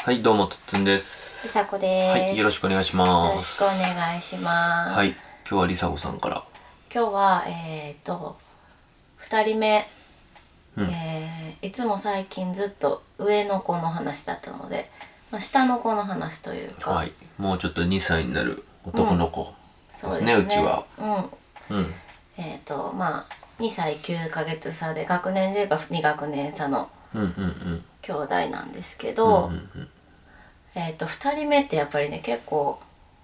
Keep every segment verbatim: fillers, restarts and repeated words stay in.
はい、どうもつっつんです。 りさこです。 はい、よろしくお願いします。 よろしくお願いします。 はい、今日はりさこさんから。 今日はえーとふたりめ、 うんえーいつも最近ずっと上の子の話だったので、まあ、下の子の話というか、 はい、もうちょっとにさいになる男の子ですね、 そうですね、 うちは。 うん、 うんえーとまあにさいきゅうかげつ差で、学年で言えばに学年差のうんうんうん兄弟なんですけうんど、 うんうんえーとふたりめってやっぱりね、結構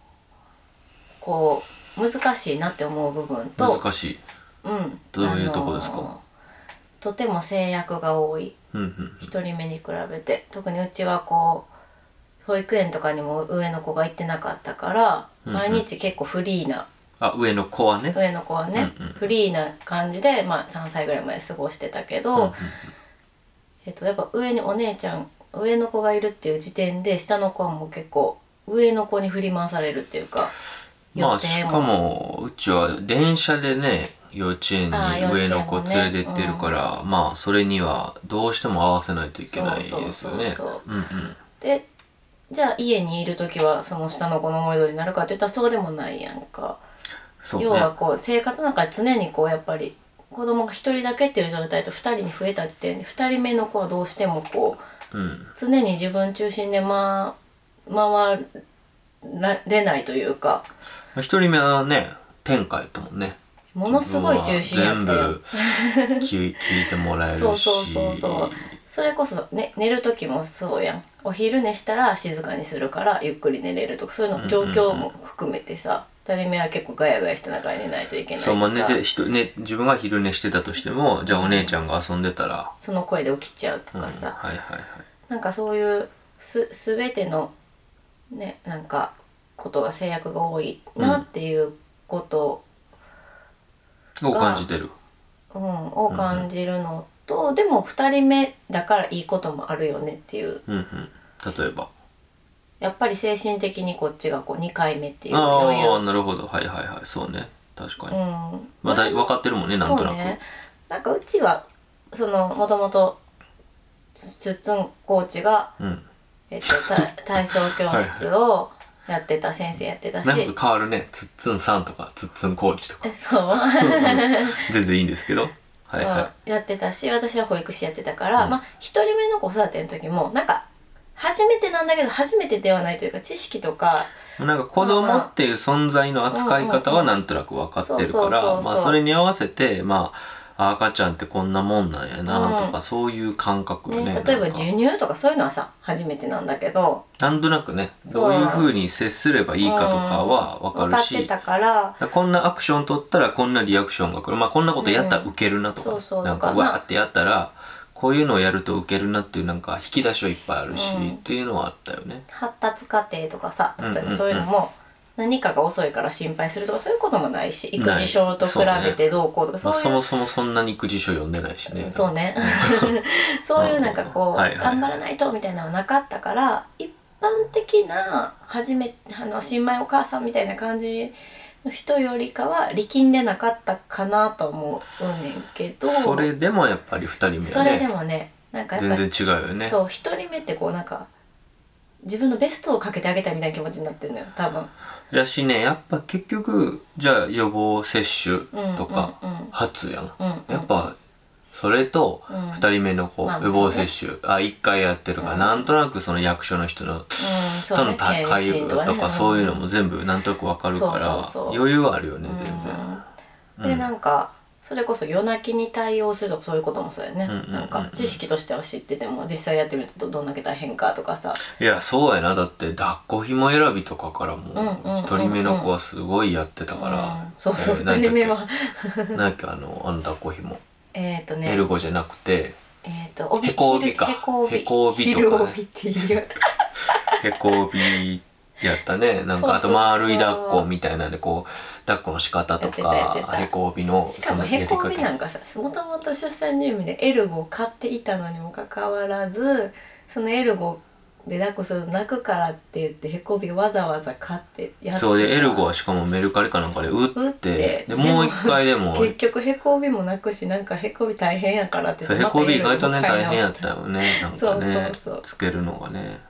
こう難しいなって思う部分と、 難しい。 うん、 どういうとこですか？ あのーとても制約が多い、 うんうんひとりめに比べて。特にうちはこう保育園とかにも上の子が行ってなかったから、 うんうん毎日結構フリーな、 あ、上の子はね。 上の子はね、 うんうんフリーな感じで、まあ、さんさいぐらいまで過ごしてたけど、 うんうんえっと、やっぱ上にお姉ちゃん上の子がいるっていう時点で、下の子はもう結構上の子に振り回されるっていうか、 まあしかもうちは電車でね、幼稚園に上の子連れてってるから、まあそれにはどうしても合わせないといけないですよね。 そうそうそうそううんうんで、じゃあ家にいる時はその下の子の思い通りになるかっていったらそうでもないやんか。 そうね、 要はこう生活の中で常にこうやっぱり子供がひとりだけっていう状態とふたりに増えた時点で、ふたりめの子はどうしてもこう、 うん、 常に自分中心で、ま、回れないというか。 一人目はね天下やったもんね。 ものすごい中心やったよ。 全部聞いてもらえるしそうそうそうそう。それこそ、ね、寝る時もそうやん。お昼寝したら静かにするからゆっくり寝れるとか、そういうの状況も含めてさ、ふたりめは結構ガヤガヤして中に寝ないといけないとか。 そう、まあ寝てひと、ね、自分が昼寝してたとしても、じゃあお姉ちゃんが遊んでたら、 その声で起きちゃうとかさ、 うん、はいはいはい、 なんかそういうす全てのね、なんかことが制約が多いなっていうことを感じてる、 うん、を感じるのと、でもふたりめだからいいこともあるよねっていう、 うんうん、例えばやっぱり精神的にこっちがこうにかいめっていう余裕。ああ、 う、 なるほど、はいはいはい、そうね、確かに、 うん、 まあだい分かってるもんね、なんとなく。 そうね、なんかうちはそのもともとつっつんコーチが、 うん、 えっと、体操教室をやってた先生やってたし、 なんか変わるね、つっつんさんとかつっつんコーチとかそう全然いいんですけど、はいはい、やってたし、私は保育士やってたから、 うん、 まあひとりめの子育ての時もなんか初めてなんだけど初めてではないというか、知識とかなんか子供っていう存在の扱い方はなんとなく分かってるから、まあそれに合わせて、まあ赤ちゃんってこんなもんなんやなとか、うん、そういう感覚よね。 ね、例えば授乳とかそういうのはさ初めてなんだけど、 なんとなくね、どういう風に接すればいいかとかは分かるし、 うん、分かってたから、 こんなアクション取ったらこんなリアクションが来る、まあこんなことやったらウケるなとか、 うん、そうそう、 なんかわーってやったらこういうのをやるとウケるなっていうなんか引き出しはいっぱいあるし、うん、っていうのはあったよね。 発達過程とかさ、例えばそういうのも何かが遅いから心配するとかそういうこともないし、育児書と比べてどうこうとか、 そういう、 そういう、 まあ、そもそもそんなに育児書読んでないしね。 そうねそういうなんかこう、 はいはい、 頑張らないとみたいなのはなかったから、一般的な初めあの新米お母さんみたいな感じの人よりかは力んでなかったかなと思うねんけど、 それでもやっぱりふたりめはね、 それでもね、なんかやっぱり全然違うよね。 そう、ひとりめってこうなんか自分のベストをかけてあげたいみたいな気持ちになってるのよ、多分。 やしね、やっぱ結局じゃあ予防接種とか初やん、 うんうんうん、 やっぱそれとふたりめの子、うん、予防接種、まあ、あいっかいやってるから、うん、なんとなくその役所の人の、うん、との会話とかそういうのも全部なんとなく分かるから、そうそうそう、余裕はあるよね、全然、 うん、で、なんかそれこそ夜泣きに対応するとかそういうこともそうやね、うんうんうんうん、なんか知識としては知ってても実際やってみるとどんだけ大変かとかさ。 いやそうやな、だって抱っこひも選びとかからもひとりめの子はすごいやってたから、うん、 そうそう、ふたりめはなんかあのあの抱っこひもえっとねエルゴじゃなくてえっとへこ帯か、へこ帯とかね、へこ帯やったね。なんかあと丸い抱っこみたいなんでこう抱っこの仕方とかへこ帯のしかもへこ帯なんかさ、もともと出産準備でエルゴを買っていたのにもかかわらず、そのエルゴで抱っこすると泣くからって言ってへこ帯わざわざ買ってやって、 そうでエルゴはしかもメルカリかなんかで売って、ってでもう一回でも結局へこ帯も泣くし、なんかへこ帯大変やからって言って、そうへこ帯意外とね大変やったよね、なんかね、そうそうそうつけるのがね。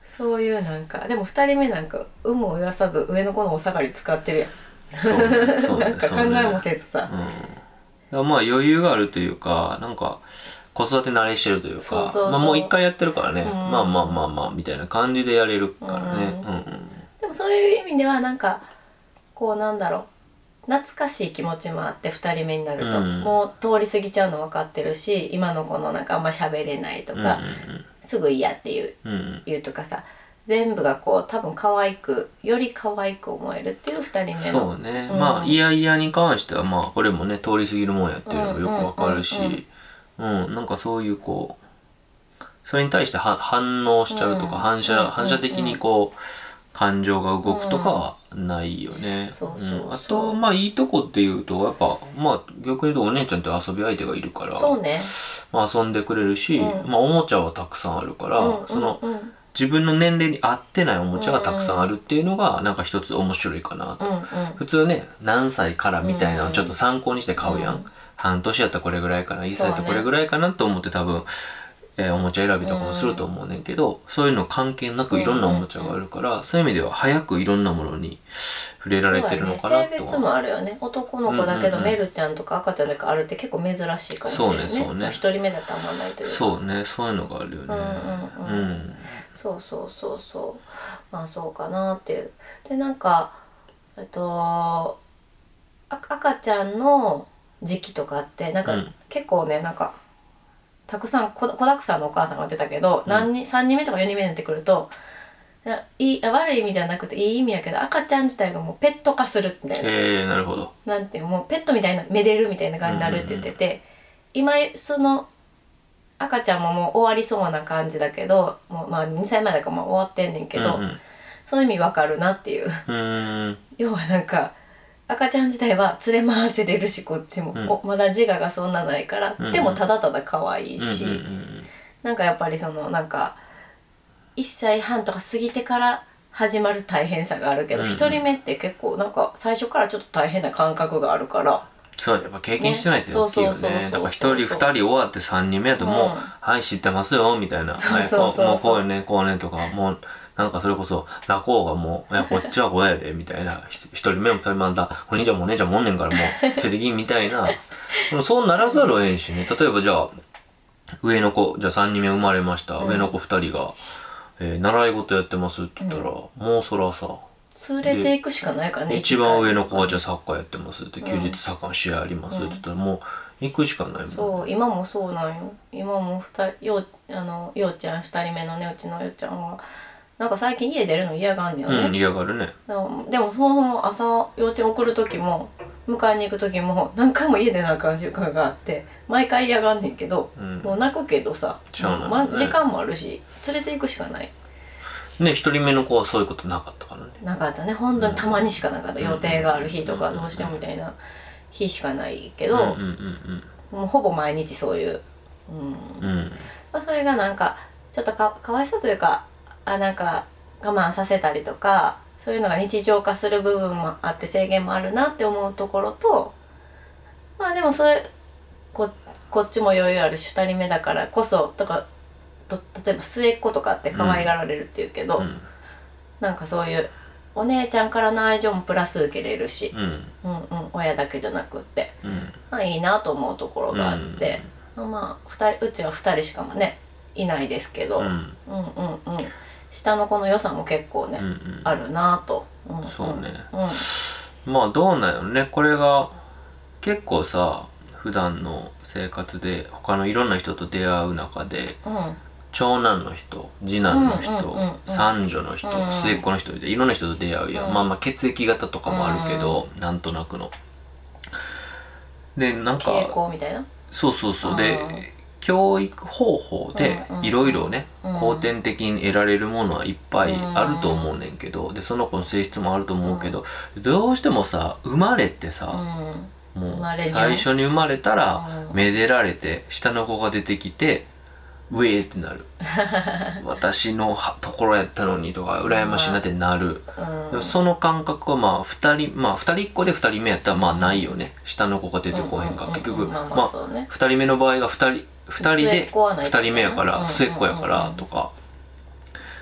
そういうなんかでもふたりめなんか有無を言わさず上の子のお下がり使ってるやん。 そうねそうねなんか考えもせずさ、 うん、まあ余裕があるというかなんか子育て慣れしてるというかそうそうそう、まあ、もう一回やってるからね、うん、まあまあまあまあみたいな感じでやれるからね、うんうんうん、 でもそういう意味ではなんかこうなんだろう懐かしい気持ちもあってふたりめになると、うん、もう通り過ぎちゃうの分かってるし今の子のなんかあんま喋れないとか、うんうんうん、すぐ嫌っていう、うんうん、言うとかさ全部がこう多分可愛くより可愛く思えるっていうふたりめのそうね、うん、まあいやいやに関してはまあこれもね通り過ぎるもんやっていうのがよくわかるし、うんうんうんうん、なんかそういうこうそれに対しては反応しちゃうとか、うん、反射、うん、反射的にこう感情が動くとかはないよね、うん、そうそうそう、うん、あとまあいいとこっていうとやっぱまあ逆に言うとお姉ちゃんって遊び相手がいるからそうね、 まあ、遊んでくれるし、うん、まあおもちゃはたくさんあるから、うん、その、うんうん自分の年齢に合ってないおもちゃがたくさんあるっていうのがなんか一つ面白いかなと、うんうん、普通ね何歳からみたいなのをちょっと参考にして買うやん、うん、半年やったらこれぐらいかないっさいやったらこれぐらいかなと思って多分、えー、おもちゃ選びとかもすると思うねんけど、うん、そういうの関係なくいろんなおもちゃがあるから、うんうん、そういう意味では早くいろんなものに触れられてるのかなと、 ね、性別もあるよね男の子だけど、うんうんうん、メルちゃんとか赤ちゃんとかあるって結構珍しいかもしれないねそうねそうね一人目だとあんまないというかそうねそういうのがあるよねうんうんうん、うんそうそうそうそうまあそうかなっていうでなんかえっと赤ちゃんの時期とかってなんか、うん、結構ねなんかたくさん子だくさんのお母さんが言ってたけど、うん、何人さんにんめとかよにんめになってくるといい悪い意味じゃなくていい意味やけど赤ちゃん自体がもうペット化するみたいな、 えー、なるほどなんていうもうペットみたいなめでるみたいな感じになるって言ってて、うんうんうん、今その赤ちゃんももう終わりそうな感じだけどもうまあにさいまえだからもう終わってんねんけど、うんうん、その意味わかるなっていううん要はなんか赤ちゃん自体は連れ回せれるしこっちも、うん、おまだ自我がそんなないから、うんうん、でもただただ可愛いし、うんうんうん、なんかやっぱりそのなんかいっさいはんとか過ぎてから始まる大変さがあるけど、うんうん、ひとりめって結構なんか最初からちょっと大変な感覚があるからそうやっぱ経験してないって大きいよねだからひとりふたり終わってさんにんめやともう、うん、はい知ってますよみたいなそうそうそうそう、 はい、もうこうよねこうねとかもうなんかそれこそ泣こうがもういやこっちはこうやでみたいなひとりめもふたりめもあんたお兄ちゃんもお姉ちゃんもおんねんからもう連れてきんみたいなそうならざるをえんしね例えばじゃあ上の子じゃあさんにんめ生まれました、うん、上の子ふたりが、えー、習い事やってますって言ったら、うん、もうそらさ連れていくしかないからね一番上の子がじゃあサッカーやってますって休日サッカーの試合ありますって言ったらもう行くしかないもん、ね、 そう今もそうなんよ今もふたりようあのようちゃんふたりめのねうちのようちゃんはなんか最近家出るの嫌がんねよねうん嫌がるねでも、でもそもそも朝幼稚園送る時も迎えに行く時も何回も家出なあかん習慣があって毎回嫌がんねんけど、うん、もう泣くけどさ、 ねま、時間もあるし連れて行くしかないね一人目の子はそういうことなかったからねなかったね本当にたまにしかなかった、うん、予定がある日とかどうしてもみたいな日しかないけど、うんうんうんうん、もうほぼ毎日そういう、うんうんまあ、それがなんかちょっと か, かわいそうというかあなんか我慢させたりとかそういうのが日常化する部分もあって制限もあるなって思うところとまあでもそれ こ, こっちも余裕あるしふたりめだからこそとかと例えば末っ子とかって可愛がられるっていうけど、うん、なんかそういうお姉ちゃんからの愛情もプラス受けれるし、うんうんうん、親だけじゃなくって、うんまあ、いいなと思うところがあって、うん、まあふたりうちはふたりしかもねいないですけど、うん、うんうんうん下の子の良さも結構ね、うんうん、あるなと、うんうん、 そうね、うん、まあどうなんやろねこれが結構さ普段の生活で他のいろんな人と出会う中で、うん長男の人次男の人、うんうんうんうん、三女の人、うんうん、末っ子の人でいろんな人と出会うやん、うん、まあまあ血液型とかもあるけど、うん、なんとなくのでなんか傾向みたいなそうそうそう、うん、で教育方法でいろいろね、うんうん、後天的に得られるものはいっぱいあると思うねんけどでその子の性質もあると思うけど、うん、どうしてもさ生まれてさ、うん、もう最初に生まれたら、うん、めでられて下の子が出てきてウェーってなる私のところやったのにとか羨ましいなってなる、うん、その感覚はまあふたりまあふたりっ子でふたりめやったらまあないよね下の子が出てこへんか、うん、結局まあ、まあね、ふたりめの場合がふたりふたりでふたりめやから末っ子やからとか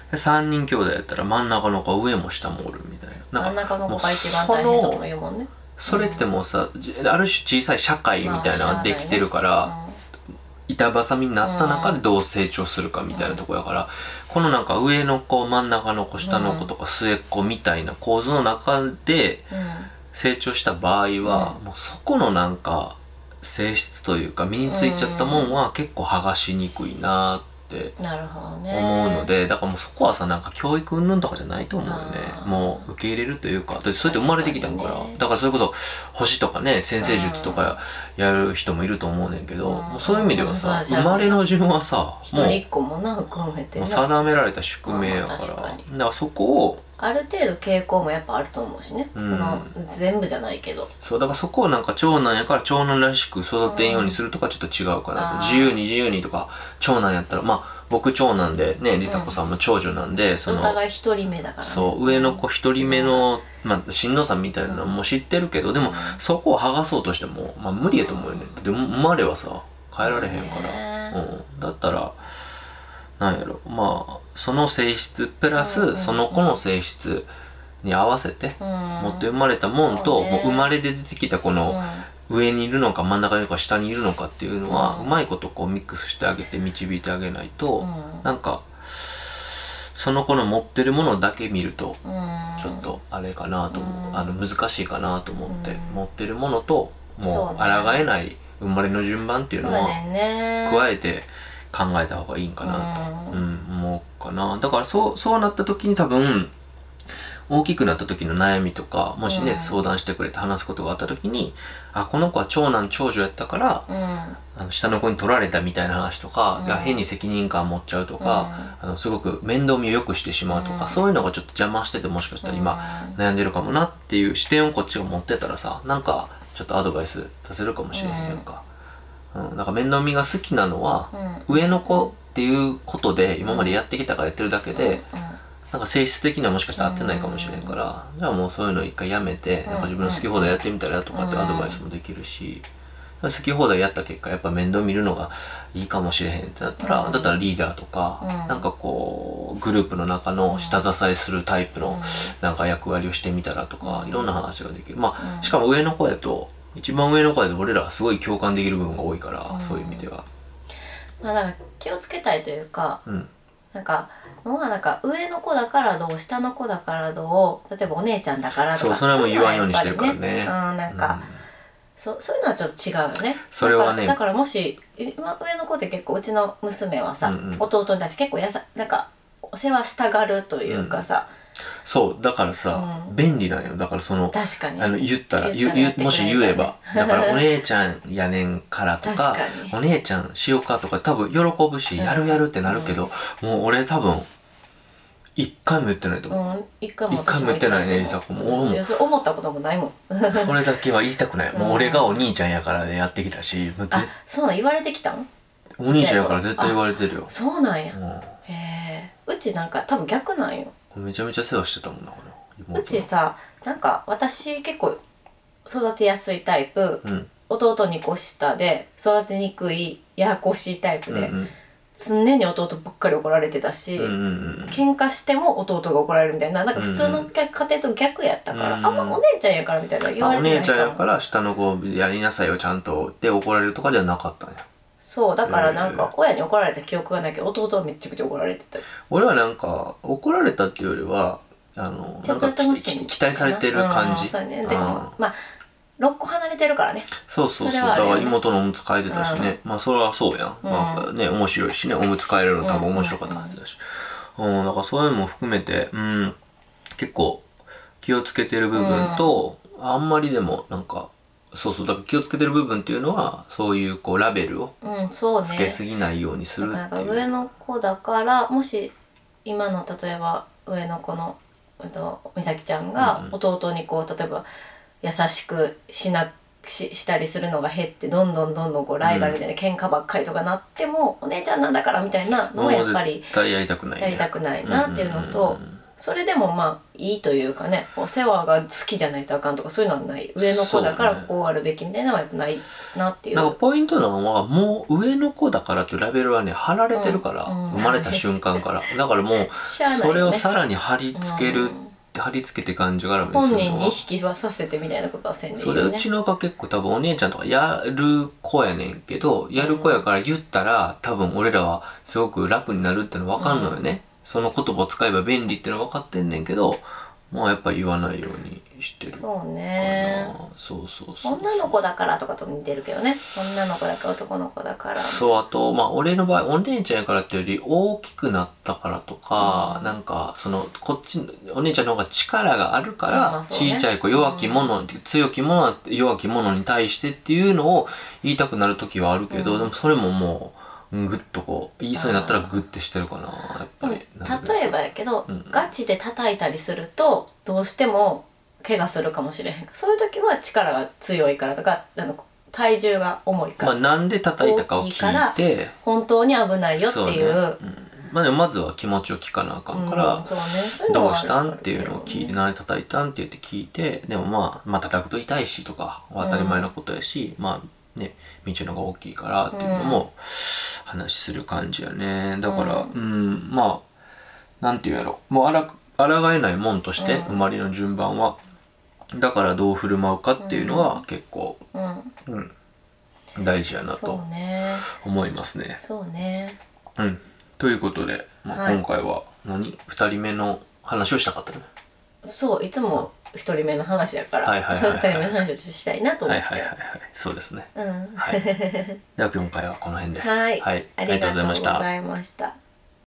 でさんにん兄弟やったら真ん中の子は上も下もおるみたいな。 真ん中の子が一番大変とも言うもんね。 それってもうさ、うん、ある種小さい社会みたいなのができてるから、まあね、うん、板挟みになった中でどう成長するかみたいなところやから、うん、このなんか上の子真ん中の子下の子とか末っ子みたいな構図の中で成長した場合は、うん、もうそこのなんか性質というか身についちゃったもんは結構剥がしにくいなってって思うので、だからもうそこはさ、なんか教育云々とかじゃないと思うよね。もう受け入れるというか、だってそうやって生まれてきたんから、ね、だからそれこそ星とかね、先生術とかやる人もいると思うねんけど、もうそういう意味ではさ、生まれの順はさ、 一人一個もな含めてな定められた宿命やから、だからそこをある程度傾向もやっぱあると思うしね、うん、その全部じゃないけど、 そうだからそこをなんか長男やから長男らしく育てんようにするとかちょっと違うかな、うん、自由に自由にとか、長男やったらまあ僕長男でね、梨紗子さんも長女なんで、うん、 そのお互い一人目だから、ね、 そう上の子一人目の、まあ、しんどさみたいなのも知ってるけど、でも、うん、そこを剥がそうとしても、まあ、無理やと思うよね。でも生まれはさ変えられへんから、うん、だったらなんやろ、まあその性質プラスその子の性質に合わせて持って生まれたもんと、もう生まれで出てきたこの上にいるのか真ん中にいるのか下にいるのかっていうのはうまいことこうミックスしてあげて導いてあげないと、なんかその子の持ってるものだけ見るとちょっとあれかなと思う、あの難しいかなと思って、持ってるものともう抗えない生まれの順番っていうのは加えて考えた方がいいんかなと、うん、思うかな。だからそう、そうなった時に多分大きくなった時の悩みとかもしね、うん、相談してくれて話すことがあった時に、あこの子は長男長女やったから、うん、あの下の子に取られたみたいな話とか、うん、変に責任感持っちゃうとか、うん、あのすごく面倒見を良くしてしまうとか、うん、そういうのがちょっと邪魔しててもしかしたら今悩んでるかもなっていう視点をこっちが持ってたらさ、なんかちょっとアドバイス出せるかもしれへんやんか。うん、なんか面倒見が好きなのは、うん、上の子っていうことで今までやってきたからやってるだけで、うんうん、なんか性質的にはもしかしたら合ってないかもしれんから、うん、じゃあもうそういうの一回やめて、うん、なんか自分の好き放題やってみたらとかってアドバイスもできるし、うん、好き放題やった結果やっぱ面倒見るのがいいかもしれへんってなったら、うん、だったらリーダーとか、うん、なんかこうグループの中の下支えするタイプのなんか役割をしてみたらとか、うん、いろんな話ができる。まあ、うん、しかも上の子やと一番上の子で俺らはすごい共感できる部分が多いから、うん、そういう意味ではまあだから気をつけたいというか、 うん、 なんかまあなんか上の子だからどう下の子だからどう、例えばお姉ちゃんだからとか、 そうそれはもう言わんようにしてるからね、 うん、なんか、うん、そ, そういうのはちょっと違うよね。 それはね、 だから、だからもし今上の子って結構うちの娘はさ、うんうん、弟に対して結構やさなんかお世話したがるというかさ、うんそうだからさ、うん、便利なんよ。だからその確かにあの言ったら言ったら、ね、もし言えばだからお姉ちゃんやねんからとかお姉ちゃんしようかとか多分喜ぶし、うん、やるやるってなるけど、うん、もう俺多分一回も言ってないと思う、うん、 一回も言ってないね梨紗子も、 うん、いやそれ思ったこともないもんそれだけは言いたくない、もう俺がお兄ちゃんやからでやってきたし、 うん、あそうなん言われてきたんお兄ちゃんやから絶対言われてるよ。 そうなんや、 うん、 へえうちなんか多分逆なんよ。 めちゃめちゃ世話してたもんなこれ。うちさなんか私結構育てやすいタイプ、 うん、 弟にこ下で育てにくいややこしいタイプで、うんうん、常に弟ばっかり怒られてたし、うんうんうん、喧嘩しても弟が怒られるみたいな、なんか普通の家庭と逆やったから、うんうん、あんまお姉ちゃんやからみたいな言われてないから、お姉ちゃんやから下の子やりなさいよちゃんとって怒られるとかではなかったんや。 そうだからなんか親に怒られた記憶がないけど弟はめっちゃくちゃ怒られてた。 俺はなんか怒られたっていうよりはあのなんか期待されてる感じ、うんそうね、でもまあろっこ離れてるからね。そうそうそう、だから妹のおむつ替えてたしね、うん、まあそれはそうやん、うん、まあね面白いしね、おむつ替えれるの多分面白かったはずだし、うん、うん、だからそういうのも含めて、うん、結構気をつけてる部分と、うん、あんまりでもなんかそうそうだから気をつけてる部分っていうのはそういうこうラベルをつけすぎないようにするっていう、 うんそうね、なんか上の子だからもし今の例えば上の子の美咲ちゃんが弟にこう例えば優しくしな し, したりするのが減ってどんどんどんどんこうライバルみたいな喧嘩ばっかりとかなっても、うん、お姉ちゃんなんだからみたいなのはやっぱり絶対やりたくない、ね、 やりたくないなっていうのと、 それでもまあいいというかね、お世話が好きじゃないとあかんとかそういうのはない、上の子だからこうあるべきみたいなのはやっぱないなっていう。 なんかポイントなのはもう上の子だからというラベルはね貼られてるから、うんうん、生まれた瞬間からだからもうそれをさらに貼り付ける、うん貼り付けて感じがあるんですよ。 本人に意識はさせてみたいなことはせんでいいよね。 それうちの子結構多分お姉ちゃんとかやる子やねんけど、やる子やから言ったら、うん、多分俺らはすごく楽になるっての分かんのよね、うん、その言葉を使えば便利ってのは分かってんねんけど、まあやっぱ言わないようにしてる。 そうね。 そうそうそう。 女の子だからとかと似てるけどね。女の子だから男の子だから。 そう、あとまあ俺の場合お姉ちゃんやからってより大きくなったからとか、うん、なんかそのこっちお姉ちゃんの方が力があるから、うんね、ちいちゃい子弱き者、うん、強き者は弱き者に対してっていうのを言いたくなる時はあるけど、うん、でもそれももう。グッとこう言いそうになったらグッてしてるかなやっぱり。 例えばやけど、うん、ガチで叩いたりするとどうしても怪我するかもしれへん。そういう時は力が強いからとかあの体重が重いから、 まあ、なんで叩いたかを聞いて本当に危ないよっていう、 ねうん、まあでもまずは気持ちを聞かなあかんから、うんそうね、そういうのはどうしたんっていうのを聞いて、何で叩いたんって言って聞いて、でもまあまあ叩くと痛いしとか当たり前のことやし、うん、まあね道の方が大きいからっていうのも、うん話する感じやね。だから、うん、うんまあなんていうんやろもうあら抗えないもんとして、うん、生まれの順番はだからどう振る舞うかっていうのは結構、うんうん、大事やなと思いますね。 そうね。 うん。ということで、まあ、今回は何ふたりめの話をしたかったね。 そういつもひとりめの話やから、 はいはいはいはい、 ふたりめの話をしたいなと思って。 はいはいはいはい、そうですね。 うん。 はい、では今回はこの辺で。 はい。 はい、ありがとうございました。 ありがとうございました。